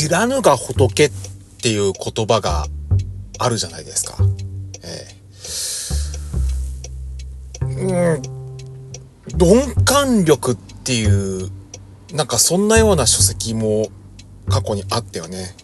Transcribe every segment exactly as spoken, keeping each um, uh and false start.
知らぬが仏っていう言葉があるじゃないですか。えー、うん鈍感力っていうなんかそんなような書籍も過去にあったよね。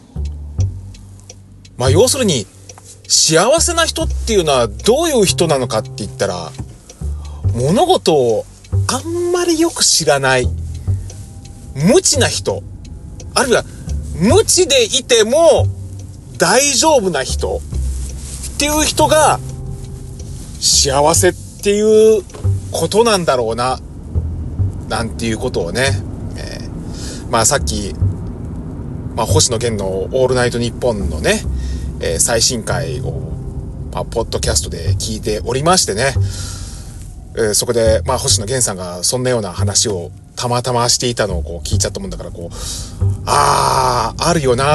まあ要するに幸せな人っていうのはどういう人なのかって言ったら、物事をあんまりよく知らない無知な人、あるいは無知でいても大丈夫な人っていう人が幸せっていうことなんだろうななんていうことをね、えー、まあさっき、まあ、星野源のオールナイトニッポンのね、えー、最新回を、まあ、ポッドキャストで聞いておりましてね、えー、そこで、まあ、星野源さんがそんなような話をたまたましていたのをこう聞いちゃったもんだから、こう、あー、あるよなって。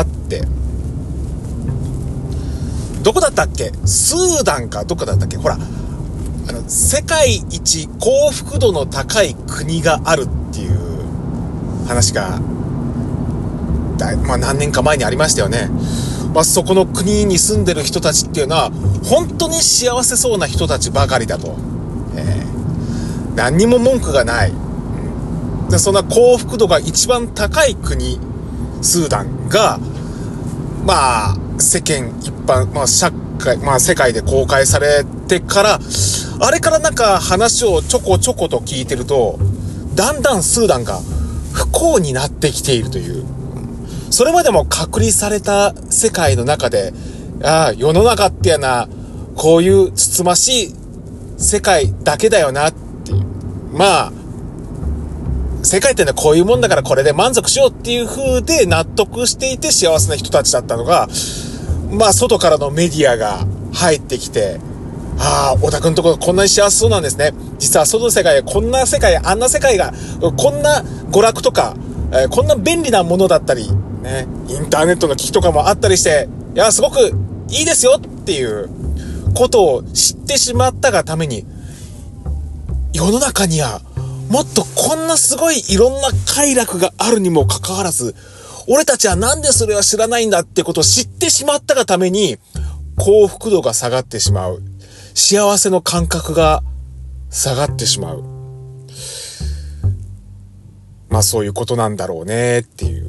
どこだったっけ？スーダンかどこだったっけ？ほら、あの、世界一幸福度の高い国があるっていう話が、だいまあ何年か前にありましたよね。まあそこの国に住んでる人たちっていうのは、本当に幸せそうな人たちばかりだと。えー、何にも文句がない。でそんな幸福度が一番高い国、スーダンが、まあ、世間一般、まあ、社会、まあ、世界で公開されてから、あれからなんか話をちょこちょこと聞いてると、だんだんスーダンが不幸になってきているという。それまでも隔離された世界の中で、ああ、世の中ってやな、こういうつつましい世界だけだよなっていう。まあ、世界ってのはこういうもんだからこれで満足しようっていう風で納得していて幸せな人たちだったのが、まあ外からのメディアが入ってきて、ああ、小田くんとここんなに幸せそうなんですね。実は外の世界、こんな世界、あんな世界が、こんな娯楽とか、えー、こんな便利なものだったり、ね、インターネットの機器とかもあったりして、いや、すごくいいですよっていうことを知ってしまったがために、世の中には、もっとこんなすごいいろんな快楽があるにもかかわらず、俺たちはなんでそれは知らないんだってことを知ってしまったがために、幸福度が下がってしまう。幸せの感覚が下がってしまう。まあそういうことなんだろうねっていう。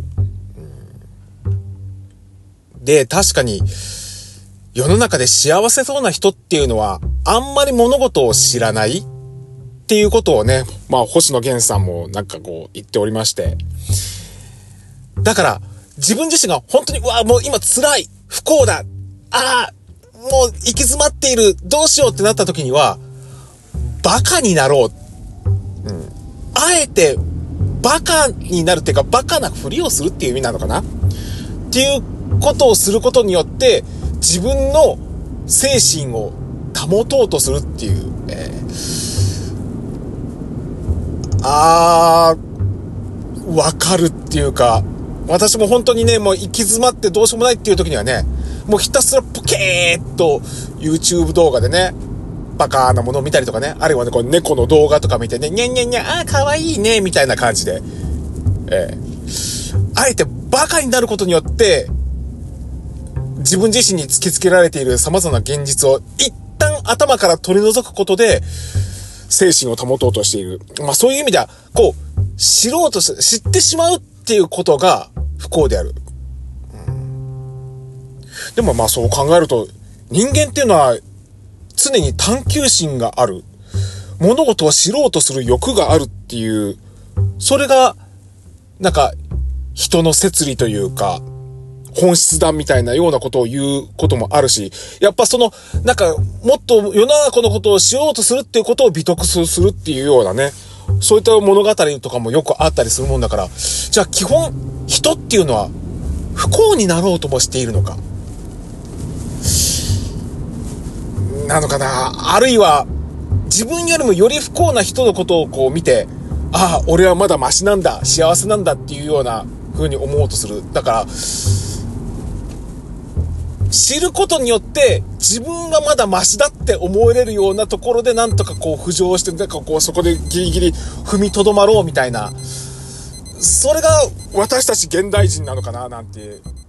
うん、で、確かに世の中で幸せそうな人っていうのはあんまり物事を知らないっていうことをね、まあ星野源さんもなんかこう言っておりまして。だから自分自身が本当にうわもう今辛い不幸だああもう行き詰まっているどうしようってなった時にはバカになろう、うん、あえてバカになるっていうかバカなふりをするっていう意味なのかなっていうことをすることによって自分の精神を保とうとするっていう、えー、あーわかるっていうか私も本当にねもう行き詰まってどうしようもないっていう時にはねもうひたすらポケーっと YouTube 動画でねバカなものを見たりとかねあるいはねこう猫の動画とか見てねにゃんにゃんにゃんあーかわいいねみたいな感じで、えー、あえてバカになることによって自分自身に突きつけられている様々な現実を一旦頭から取り除くことで精神を保とうとしている。まあそういう意味ではこう知ろうとして知ってしまうっていうことが不幸である。うん、でもまあそう考えると人間っていうのは常に探求心がある。物事を知ろうとする欲があるっていう、それがなんか人の摂理というか本質だみたいなようなことを言うこともあるし、やっぱそのなんかもっと世の中のことを知ろうとするっていうことを美徳するっていうようなね、そういった物語とかもよくあったりするもんだから、じゃあ基本人っていうのは不幸になろうともしているのかなのかな、あるいは自分よりもより不幸な人のことをこう見て、ああ俺はまだマシなんだ幸せなんだっていうような風に思おうとする。だから知ることによって自分がまだマシだって思えれるようなところでなんとかこう浮上してなんかこうそこでギリギリ踏みとどまろうみたいな、 それが私たち現代人なのかななんて